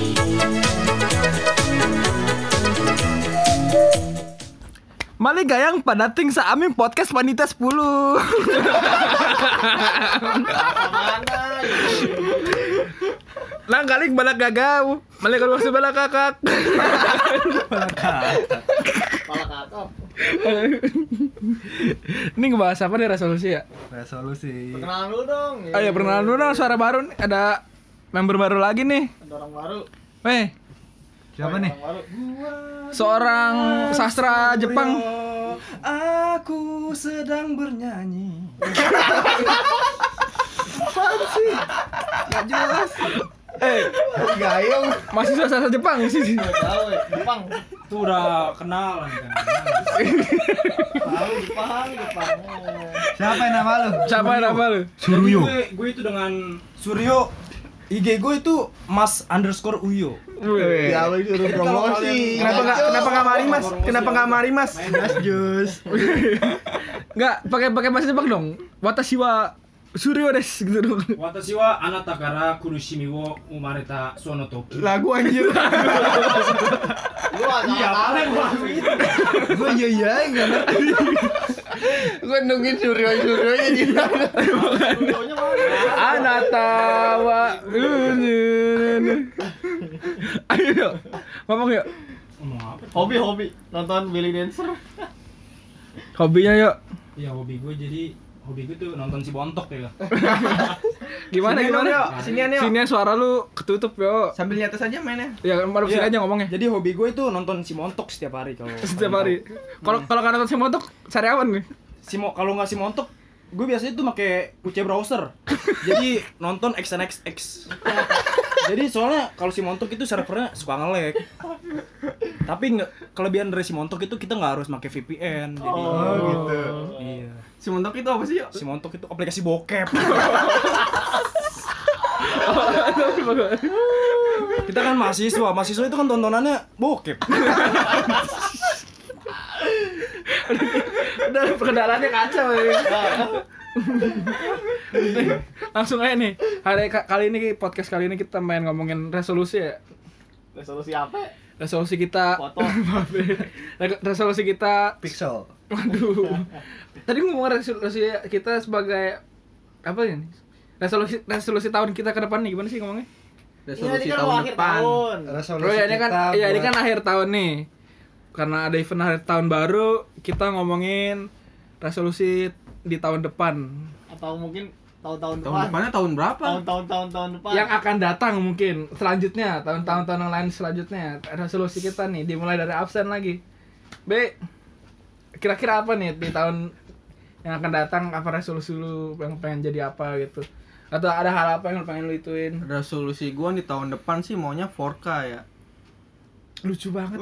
Mali gayang padating sa aming podcast Wanita 10. Nang galing balak gagaw. Mali kalau masih balak kakak. Ini ngebahas apa nih resolusi ya? Resolusi. Perkenalan dulu dong. Ayo perkenalan dulu dong, suara baru nih. Ada member baru lagi nih. Ada orang baru. Weh, Siapa nih? Orang baru. seorang sastra Jepang. Aku sedang bernyanyi. Apaan sih? Gak jelas. Gayung. Mahasiswa sastra Jepang sih. Tahu ya, Jepang. Itu udah kenalan kan. Tahu Jepang. Siapa yang nama lu? Siapa nama lu? Suryo. Gue itu dengan Suryo. IG gue itu mas_uyo. Ya lu disuruh promosi. Kenapa nggak mari mas? Kenapa nggak mari mas? Mas Jus. Nggak pakai bahasa Jepang dong. Watashi wa Suryo desu gitu dong. Watashi wa anata kara kurushimi wo umareta sono toki. Lagu anjir. Lu Iya, paling gua itu. Gue iya enggak ngerti. Gue nungguin Suryo-nya di mana? Suryonya mana? Anata wa Ayo yuk. Ngomong yuk. Ngomong apa? Hobi nonton Billy Dancer. Hobinya yuk. Iya, hobi gue tuh nonton si Bontok ya. Gimana Sinian gimana? yuk, sinian yuk. Sinian suara lu ketutup yuk. Sambil nyatet aja mainnya. Ya baru sini Iya. aja ngomongnya. Jadi hobi gue itu nonton si Montok setiap hari kalau. Setiap hari. Kalau nggak nonton sama untuk sariawan nih. Kalau nggak si Montok, gue biasanya tuh pakai UC browser. Jadi nonton XNXX. Jadi soalnya kalau si Montok itu servernya suka nge-lag. Tapi kelebihan dari si Montok itu kita nggak harus pakai VPN. Jadi gitu. iya. Si Montok itu apa sih yuk? Si Montok itu aplikasi bokep. Kita kan mahasiswa itu kan tontonannya bokep. Udah perkenalannya kacau ya. Langsung aja nih. Kali ini podcast kali ini kita main ngomongin resolusi ya. Resolusi apa? Resolusi kita Foto. resolusi kita. Pixel. Waduh. Tadi ngomong resolusi kita sebagai apa ini? Resolusi tahun kita ke depan nih gimana sih ngomongnya? Resolusi tahun depan. Resolusi Oh ya ini kan kita ya ini buat- kan akhir tahun nih. Karena ada event akhir tahun baru, kita ngomongin resolusi di tahun depan. Atau mungkin tahun-tahun tahun depan. depannya tahun berapa? Tahun depan. Yang akan datang mungkin selanjutnya, tahun-tahun yang lain selanjutnya. Resolusi kita nih dimulai dari absen lagi. B, kira-kira apa nih di tahun yang akan datang, apa resolusi lu yang pengen jadi apa gitu? Atau ada hal apa yang lu pengen lu ituin? Resolusi gua di tahun depan sih maunya 4K ya. Lucu banget.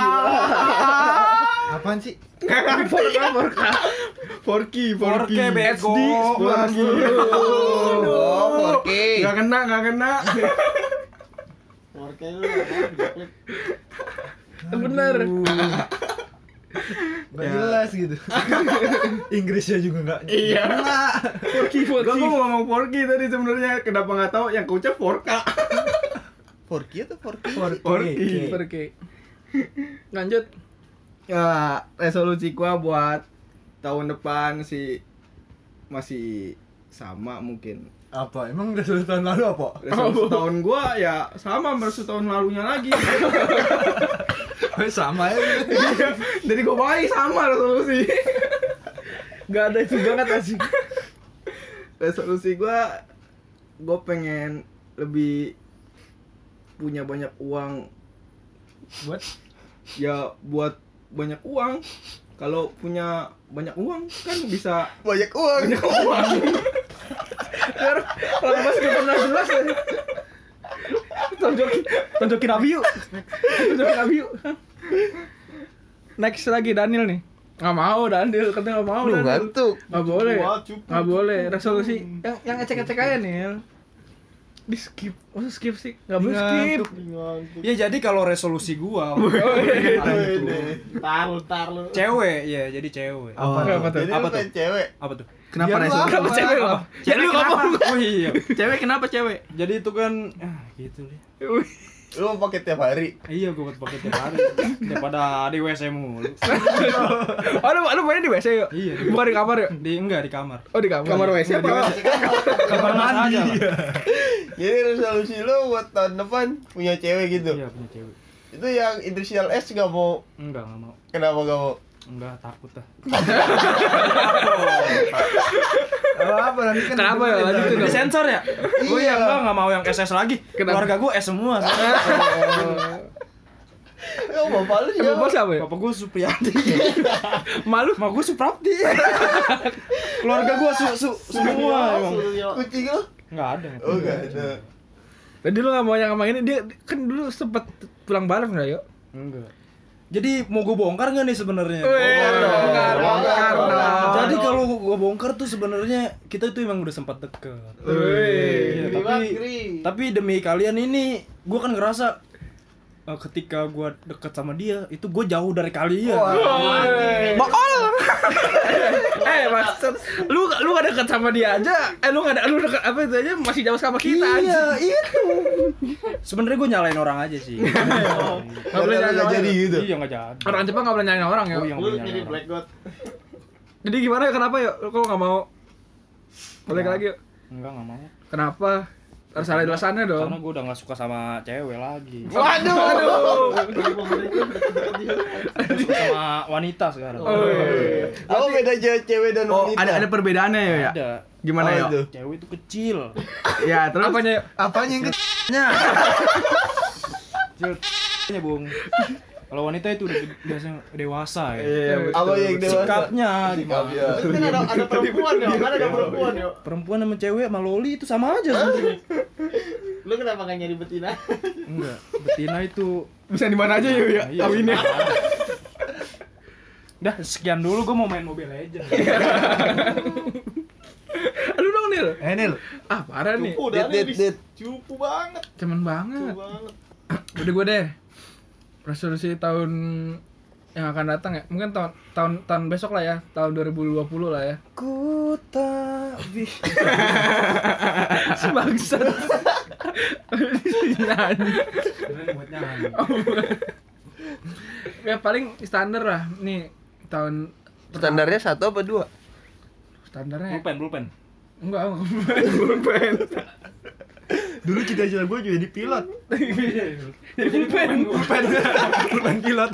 Apaan sih? 4K bego. Oh, 4K. Gak kena. Worknya lu apa? Klip. Bener. Gak jelas gitu. Inggrisnya juga gak. Iya. 4K. Gua mau ngomong 4K tadi sebenarnya, kenapa nggak tahu yang keucap 4K. 4K atau 4K? 4K. Lanjut. Ya, resolusi gua buat tahun depan sih masih sama mungkin. Apa? Emang resolusi tahun lalu apa? Resolusi tahun gua ya sama resolusi tahun lalunya lagi. Sama ya. Jadi gua baik sama resolusi. Gak ada itu banget asik. Resolusi gua pengen lebih punya banyak uang. Buat? Ya buat banyak uang. Kalau punya banyak uang kan bisa Banyak uang. Kalau mas gak pernah jelas ya. Tunjukin Abi yuk. Next lagi Daniel nih. Nggak mau Daniel, katanya nggak mau. Lu Daniel. ngantuk. Nggak boleh. Wah, cukup. Nggak boleh. Resolusi yang ecek-ecek aja nih. Di skip. Masa skip sih? Nggak boleh skip. Ngantuk. Ya jadi kalau resolusi gua Tar lu. cewek, ya jadi cewek. Apa tuh? Jadi Apa lu tuh? pengen cewek. Apa tuh? kenapa resolusi? Kenapa cewek lo? Cewek kenapa? Oh iya. Cewek kenapa cewek? Jadi itu kan gitu deh. Lu mau pakai tiap hari? Iya, gue buat pakai tiap hari. Daripada di WC mulu. Oh, lu mainnya di WC yuk? Iya, Bukan di kamar yuk? Enggak di kamar. Oh, di kamar. Kamar WC apa? Kamar mandi aja. Jadi resolusi lu buat tahun depan punya cewek gitu. Iya, punya cewek. Itu yang inisial S gak mau. Enggak mau. Kenapa gak mau? Enggak, takut dah. Apa nanti kan Kenapa ya? Lanjutin Di dong. sensor ya? Gue ya enggak mau yang SS lagi. Kenapa? Keluarga gue S semua. Ya bapak lu siapa? Bapak siapa ya? Bapak gue Supriyadi. Malu? Mak gue Suprapti. Keluarga gue semua emang. Kucing lu? Enggak ada. Oh gak ada. Tadi lu gak mau yang sama ini, dia kan dulu sempet pulang bareng gak yuk? Enggak. Jadi mau gue bongkar nggak nih sebenarnya? Bongkar dong. Jadi kalau gue bongkar tuh sebenarnya kita tuh emang udah sempat deket. Iya, tapi demi kalian ini, gue kan ngerasa ketika gue deket sama dia, itu gue jauh dari kalian. Bakol. Maksud lu gak deket sama dia aja. Lu deket apa itu aja masih jauh sama kita aja. Iya, itu. Sebenarnya gue nyalain orang aja sih. Gak boleh nyalain Gak jadi gitu. Iya nggak jadi. Orang Jepang gak boleh nyalain orang ya. Oh, yang Lu boleh jadi nyalain orang. Black God. Jadi gimana ya, kenapa yuk? Lu kok gak mau balik lagi yuk? Enggak mau. Kenapa? Harus ada alasannya dong. Karena gue udah nggak suka sama cewek lagi. Waduh. Gue suka sama wanita sekarang. Apa beda cewek dan Oh, wanita? ada perbedaannya ya? Ya? Ada. Gimana Oh, ya? itu. Cewek itu kecil. Ya, terus apanya yuk? Apanya yang Kecilnya, Bung. Kalau wanita itu udah biasanya dewasa ya. Iya, Apa yang dewasa? Sikapnya gimana? Sikapnya. Berarti kan ada perempuan ya, kan ada perempuan ya. Perempuan sama cewek sama loli itu sama aja sebenarnya. Lu kenapa gak nyari betina? Enggak, betina itu Bisa di mana aja yuk ya? iya, Kawinnya. Dah, sekian dulu gue mau main Mobile Legends. Aduh dong Nil. Nil. Ah, parah nih. Cupu dah Dit, nih, dit. cupu banget. Cemen banget. Cupu banget. Udah gue deh. Resolusi tahun yang akan datang ya. Mungkin tahun besok lah ya, tahun 2020 lah ya. Ku tak bisa. Si bangsat. Nyanyi. Buat nyanyi. Ya paling standar lah nih tahun Standarnya 1 apa 2? standarnya. Pulpen. Enggak, pulpen. Dulu cita-cita gue jadi pilot. Pulpen pilot.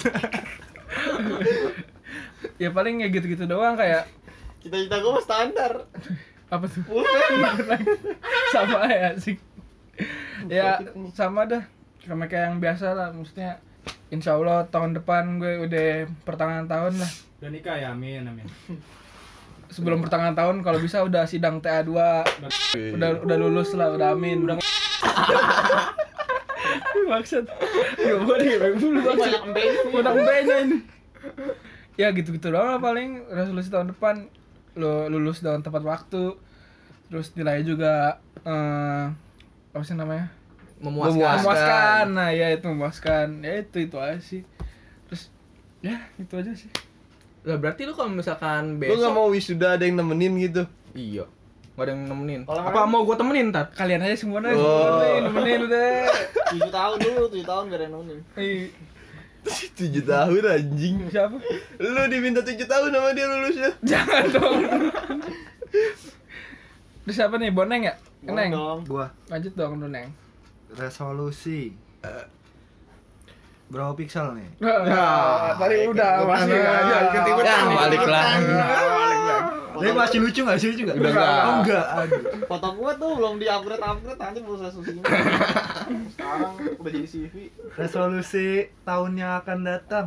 Ya paling ya gitu-gitu doang kayak Cita-cita gue mah standar. apa tuh? Pulpen. Sama ya sih. Ya sama dah. Sama kayak yang biasa lah, maksudnya insya Allah tahun depan gue udah pertengahan tahun lah. Udah nikah ya, amin. Sebelum pertengahan tahun kalau bisa udah sidang TA2. Udah lulus lah, udah amin. Udah maksud. Ya boleh dulu Banyak embeng. udah embenya ini. Ya gitu-gitu doang lah paling resolusi tahun depan lo lulus dengan tepat waktu. Terus nilainya juga apa sih namanya? Memuaskan. Nah, ya itu memuaskan. Ya itu aja sih. Terus ya itu aja sih. Lah berarti lu kalau misalkan Lu besok gak mau wisuda ada yang nemenin gitu? Iya. Gak ada yang nemenin. Kalau Apa mau gua temenin ntar? Kalian aja semua deh. Oh. Nemenin udah. 7 tahun dulu, 7 tahun gak ada yang nonin. 7 tahun anjing. Siapa? Lu diminta 7 tahun sama dia lulusnya. Jangan dong. Terus siapa nih? Boneng ya? Neng. Dong. Gua Lanjut dong, Neng. resolusi. Berapa piksel nih? Ya, tadi udah masih aja Ya, balik lagi. Tapi masih lucu nggak sih? Lucu nggak? Udah nggak. Oh, enggak. Aduh. Foto gua tuh belum di-upgrade nanti baru resolusinya. Sekarang udah jadi CV. Resolusi tahun yang akan datang.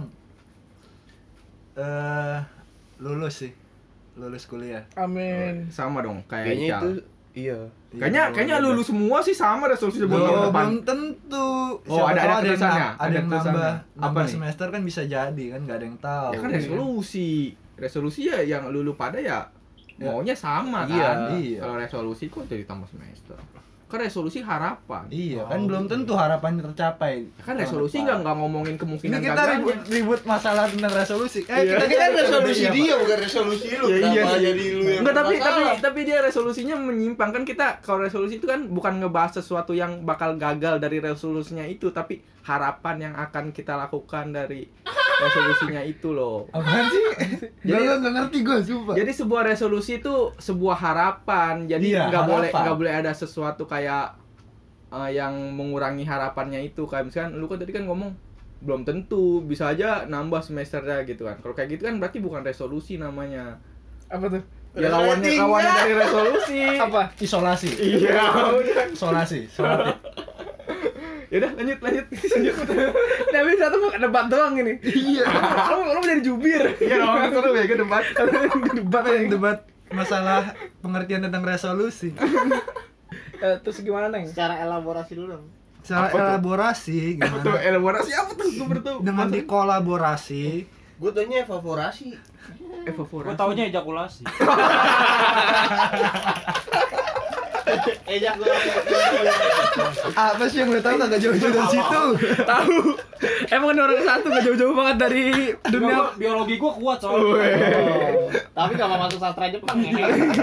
Lulus sih. Lulus kuliah. Amin. Sama dong kayak Kayaknya Ical. itu iya. Kayaknya lulu semua sih sama resolusi buat tahun Belum, depan. belum tentu. Oh, Siapa ada tahu tulisannya? Ada Ada yang tulisannya. nambah Apa nih? semester kan bisa jadi kan, nggak ada yang tahu. Ya kan resolusi. Resolusi ya yang lulu pada ya Ya. maunya sama Iya, kan. iya. Kalau resolusi kok jadi tambah semester. Kan resolusi harapan. Iya, kan belum tentu harapannya tercapai. Kan resolusi nggak ngomongin Ini kemungkinan kita gagalnya. ribut masalah tentang resolusi. Iya. Kita Kan resolusi dia bukan resolusi lu. Ya, iya Kenapa sih. jadi lu yang Enggak, bermasalah? tapi dia resolusinya menyimpang. Kan kita kalau resolusi itu kan bukan ngebahas sesuatu yang bakal gagal dari resolusinya itu, tapi harapan yang akan kita lakukan dari resolusinya itu loh. Apaan sih? Jadi- Nggak ngerti gue, sumpah. Jadi sebuah resolusi itu sebuah harapan. Jadi Iya, nggak harapan. boleh ada sesuatu kayak yang mengurangi harapannya itu. Kayak misalkan lu kan tadi kan ngomong belum tentu, bisa aja nambah semesternya gitu kan. Kalau kayak gitu kan berarti bukan resolusi namanya. Apa tuh? Ya lawannya dari resolusi. Apa? Isolasi. Iya. Isolasi. Isolasi. Ya udah lanjut. Tapi satu mau debat doang ini. Iya. Lu jadi jubir. Iya dong, seru ya ke debat. Debat yang debat masalah pengertian tentang resolusi. Terus gimana, Neng? Secara elaborasi dulu dong. Secara Apa tuh? elaborasi Tuh gimana? elaborasi apa tuh? Gue bertahu. Dengan dikolaborasi. Gue tanya evaporasi. Gue evaporasi. taunya ejakulasi. Apa sih yang lu tahu kagak jauh-jauh dari situ? Tahu. Emang ini orang satu gak jauh-jauh banget dari dunia. Biologi gue kuat soalnya. Tapi kalau masuk sastra Jepang ya.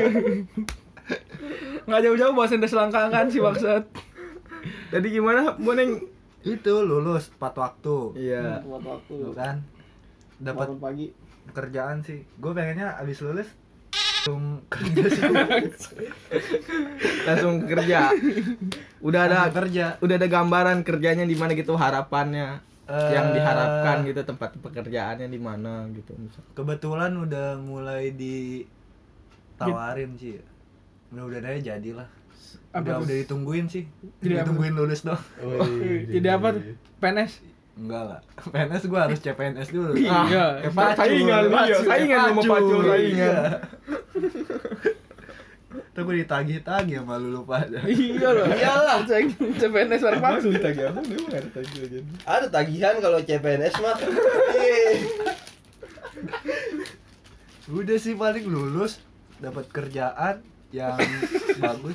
Nggak jauh-jauh bahasa Inggris selangkangan sih maksud. Jadi gimana, Boneng? Itu lulus tepat waktu. Iya. Buat waktu. Tuh kan. Dapat Bangun pagi. kerjaan sih. Gue pengennya abis lulus langsung kerja sih. Langsung kerja. Udah ada kerja. udah ada gambaran kerjanya di mana gitu, harapannya. Yang diharapkan gitu, tempat pekerjaannya di mana gitu misal. Kebetulan udah mulai ditawarin sih. Mudah-mudahan aja jadilah. Apa tuh? Udah ditungguin sih. Jadi apa? Ditungguin lulus dong. Jadi apa tuh? PNS? Enggak lah. PNS gua harus CPNS dulu. Iya. Saingan sama pacul saingan. Tuh gue ditagih-tagih sama lu pada. Iya loh. Iyalah. CPNS bareng Pak. Ada tagihan kalau CPNS mah. Udah sih paling lulus dapat kerjaan yang bagus.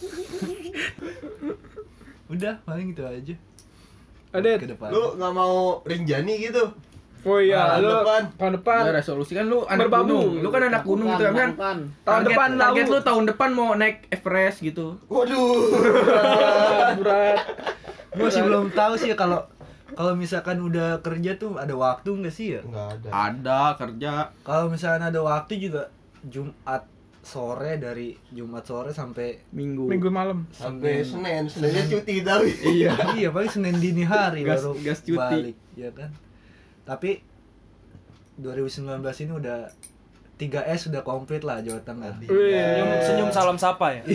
Udah paling itu aja. Adet. Ke depan. Lu nggak mau Rinjani gitu? Oh iya, Tahun lu depan. tahun depan. Ya, resolusi kan lu anak Berbabu. gunung. Lu kan anak gunung tuh kan. Bukan. Tahun depan Target lalu. lu tahun depan mau naik Everest gitu. Waduh. Berat. Gue sih belum tahu sih kalau misalkan udah kerja tuh ada waktu nggak sih ya? Nggak ada. Ada kerja. Kalau misalkan ada waktu juga Jumat sore, dari Jumat sore sampai Minggu. Minggu malam. Sampai Seninnya cuti tapi. iya paling Senin dini hari Gas- baru gas cuti. balik ya kan. Tapi 2019 ini udah 3S sudah komplit lah Jawa Tengah. Senyum salam sapa ya.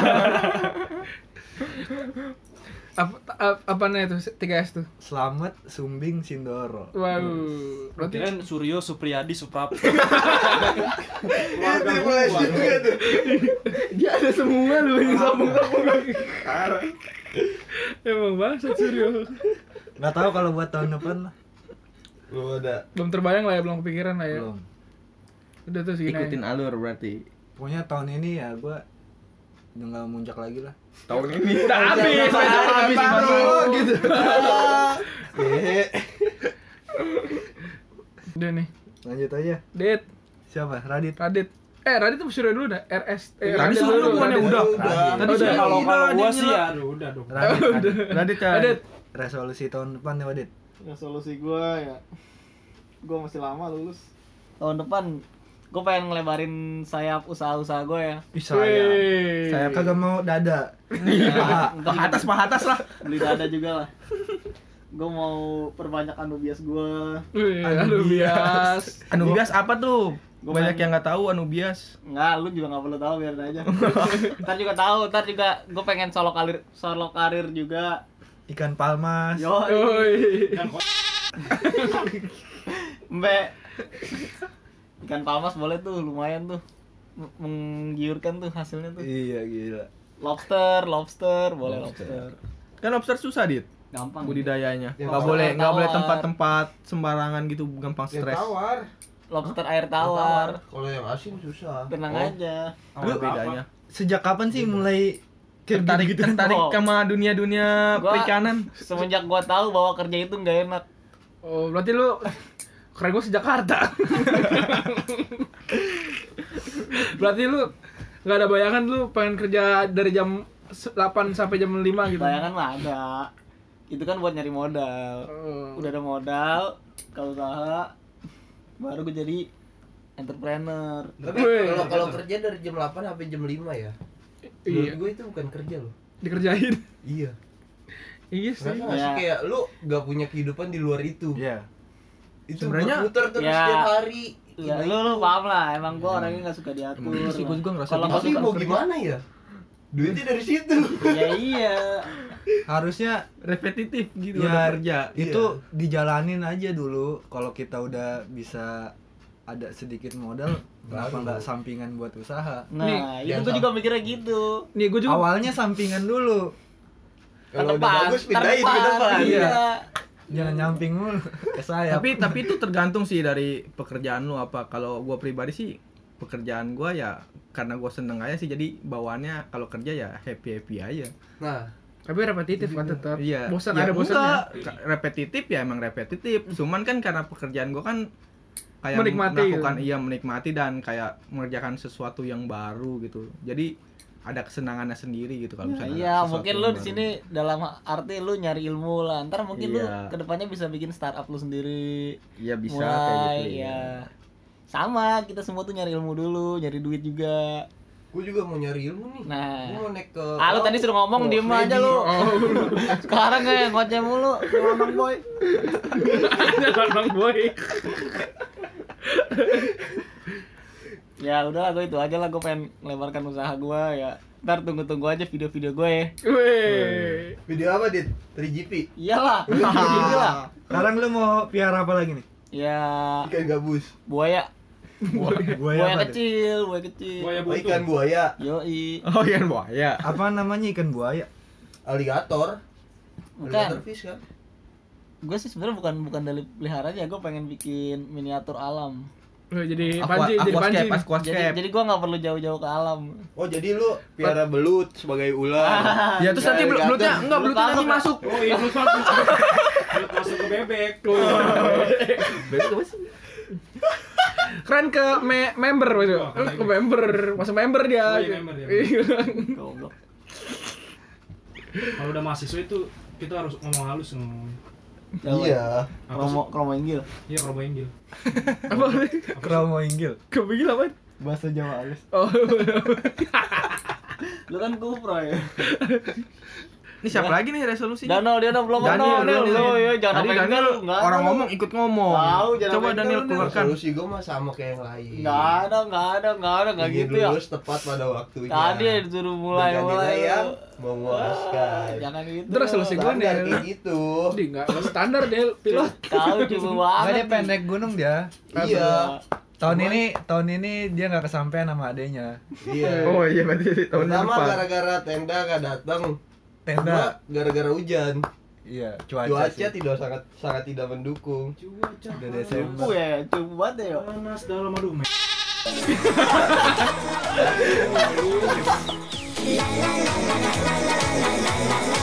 Apa nih itu 3S tuh? Slamet, Sumbing, Sindoro. Wow. Berarti Kan Suryo, Supriyadi, Suprapto. Mulai juga tuh. Dia ada semua lu yang sambung-sambung. emang bangsat Suryo. Nggak tahu kalau buat tahun depan lah. Lu ada. Belum terbayang lah ya, belum kepikiran lah ya. Belum. Udah tuh segini. Ikutin alur berarti. Pokoknya tahun ini ya gue udah nggak muncak lagi lah. Tahun ini Udah habis, habis baru gitu. Udah nih. Lanjut aja. Dit, Siapa? Radit. Radit. Radit tuh Suryo dulu dah. RS. Tadi Suryo bukannya Radit. udah. Udah. Tadi Udah. Kalau Suryo gua dia sih nyela. ya, udah dong. Radit. Radit kan. Radit. Resolusi tahun depan ya Radit. Resolusi gue ya, gue masih lama lulus. Tahun depan gue pengen ngelebarin sayap usaha-usaha gue ya. Bisa ya. Wih. Saya kagak mau dada. Paha Paha atas lah. beli dada juga lah. Gue mau perbanyak anubias gue. Wih, aduh bias. Anubias apa tuh? Gua Banyak main- yang nggak tahu Anubias. Enggak, lu juga nggak perlu tahu, biarin aja. Ntar juga tahu, ntar juga gue pengen solo karir juga. Ikan palmas. Yo, Woi. Mbak. Ikan palmas boleh tuh, lumayan tuh. Menggiurkan tuh hasilnya tuh. Iya gila. Lobster, boleh lobster. Kan lobster susah dit Gampang. budidayanya. Ya, Nggak boleh tawar. tempat-tempat sembarangan gitu, gampang Yang stres. tawar. Lobster air tawar. Kalau yang asin susah. Tenang Oh. aja. Apa bedanya? Sejak kapan sih mulai tertarik Oh. sama dunia Gua- perikanan. Semenjak gua tahu bahwa kerja itu nggak enak. Oh, berarti lu keren gua sejakarta. Berarti lu nggak ada bayangan lu pengen kerja dari jam 8 sampai jam 5 gitu. Bayangan mah ada. Itu kan buat nyari modal. Oh. Udah ada modal, kalau usaha baru gue jadi entrepreneur. Tapi Wih. kalau kerja dari jam 8 sampai jam 5 ya. Iya, Menurut gue itu bukan kerja loh. dikerjain. Iya. Iya sih. Ngerasa nggak sih Ya. kayak lu gak punya kehidupan di luar itu. Iya. Itu Sebenarnya- berputar terus Ya. setiap hari. Ya, Ini lu itu. paham lah, emang gua orangnya nggak suka diatur. Emang sih, gua juga ngerasa Kalau nggak Tapi suka mau kerja- gimana ya? Duitnya dari situ. Ya iya. Harusnya Repetitif gitu Ya, udah kerja. itu dijalanin aja dulu. Kalau kita udah bisa ada sedikit modal, kenapa Baru. nggak sampingan buat usaha? Nah, itu jangan gua juga mikirnya gitu. Nih gua juga Awalnya sampingan dulu, Kalau udah bagus pindahin ke depan. Iya. jangan nyamping mulu ke saya. Tapi itu tergantung sih dari pekerjaan lu apa. Kalau gua pribadi sih pekerjaan gua ya karena gua seneng aja sih, jadi bawaannya kalau kerja ya happy aja. Nah, tapi repetitif kan tetap. Iya. Bosan Ya ada bosannya. enggak, repetitif ya emang repetitif. Cuman kan karena pekerjaan gua kan kayak Menikmati melakukan gitu. iya menikmati dan kayak mengerjakan sesuatu yang baru gitu. Jadi ada kesenangannya sendiri gitu kalau misalnya. Iya, sesuatu mungkin yang lu baru. di sini dalam arti lu nyari ilmu lah. Ntar mungkin lu Iya. kedepannya bisa bikin startup lu sendiri. Iya bisa Mulai, kayak gitu. ya. Sama, kita semua tuh nyari ilmu dulu, nyari duit juga. gue juga mau nyari ilmu nih. Nah. Gue mau naik ke Ah, lu tadi suruh ngomong, Oh, diem aja lu. Sekarang kayak ngoceh mulu, kayak Bang Boy. Bang Boy. Ya udahlah, gue itu aja lah, gue pengen melebarkan usaha gue ya. Ntar tunggu-tunggu aja video-video gue ya. Weh. Video apa, Dit? 3GP? Iyalah, gitu lah. Sekarang lu mau piara apa lagi nih? Ya, Ikan gabus. buaya. Buaya apa tuh? kecil, buaya kecil. Oh, ikan buaya. Yoi. Oh iya buaya. Apa namanya, ikan buaya? Aligator. Bukan. Aligator fish kan? Gue sih sebenarnya bukan dari peliharanya, gue pengen bikin miniatur alam. Weh, jadi panci, jadi panci. Jadi gue nggak perlu jauh-jauh ke alam. Oh, jadi lu piara belut sebagai ular. Ya terus nanti Aligator. belutnya enggak Belut belutnya nanti masuk. masuk. Oh iya, belut masuk. Belut masuk ke bebek. Keren ke member gitu. Ke member, masuk member dia. Oh, iya, member, ya. Goblok. Kalau udah mahasiswa itu kita harus ngomong halus ngomong. Iya. Kromo Inggil. Iya, kalau Inggil. Apa? Kromo Inggil. Kepikir apa? Bahasa Jawa halus. Oh. Lu kan kupro ya. Ini siapa lagi nih resolusi? Daniel belum Daniel. Lu ya jangan Tadi sampai Daniel enggak, enggak orang ada. ngomong ikut ngomong. Tahu, jangan Coba sampai Daniel enggak, keluarkan. Solusi gue mah sama kayak yang lain. Enggak ada, enggak Ingin gitu ya. lulus tepat pada waktunya. Tadi disuruh mulai. Bergantilah yang memuaskan. Jangan gitu. Terus solusi gue nih. Standar kayak gitu. Di enggak standar deh pilot. Tahu cuma banget. Enggak, dia pendek gunung dia. Iya. Tahun ini dia nggak kesampean sama adenya. Iya. Oh iya berarti tahun Pertama depan. gara-gara tenda gak datang. Tenda. Kedua, gara-gara hujan. Iya, Cuaca sih. tidak sangat tidak mendukung. Cuaca Udah Desember. Cupu ya, cupu banget ya. panas dalam aduh. La la la la la la la la la la la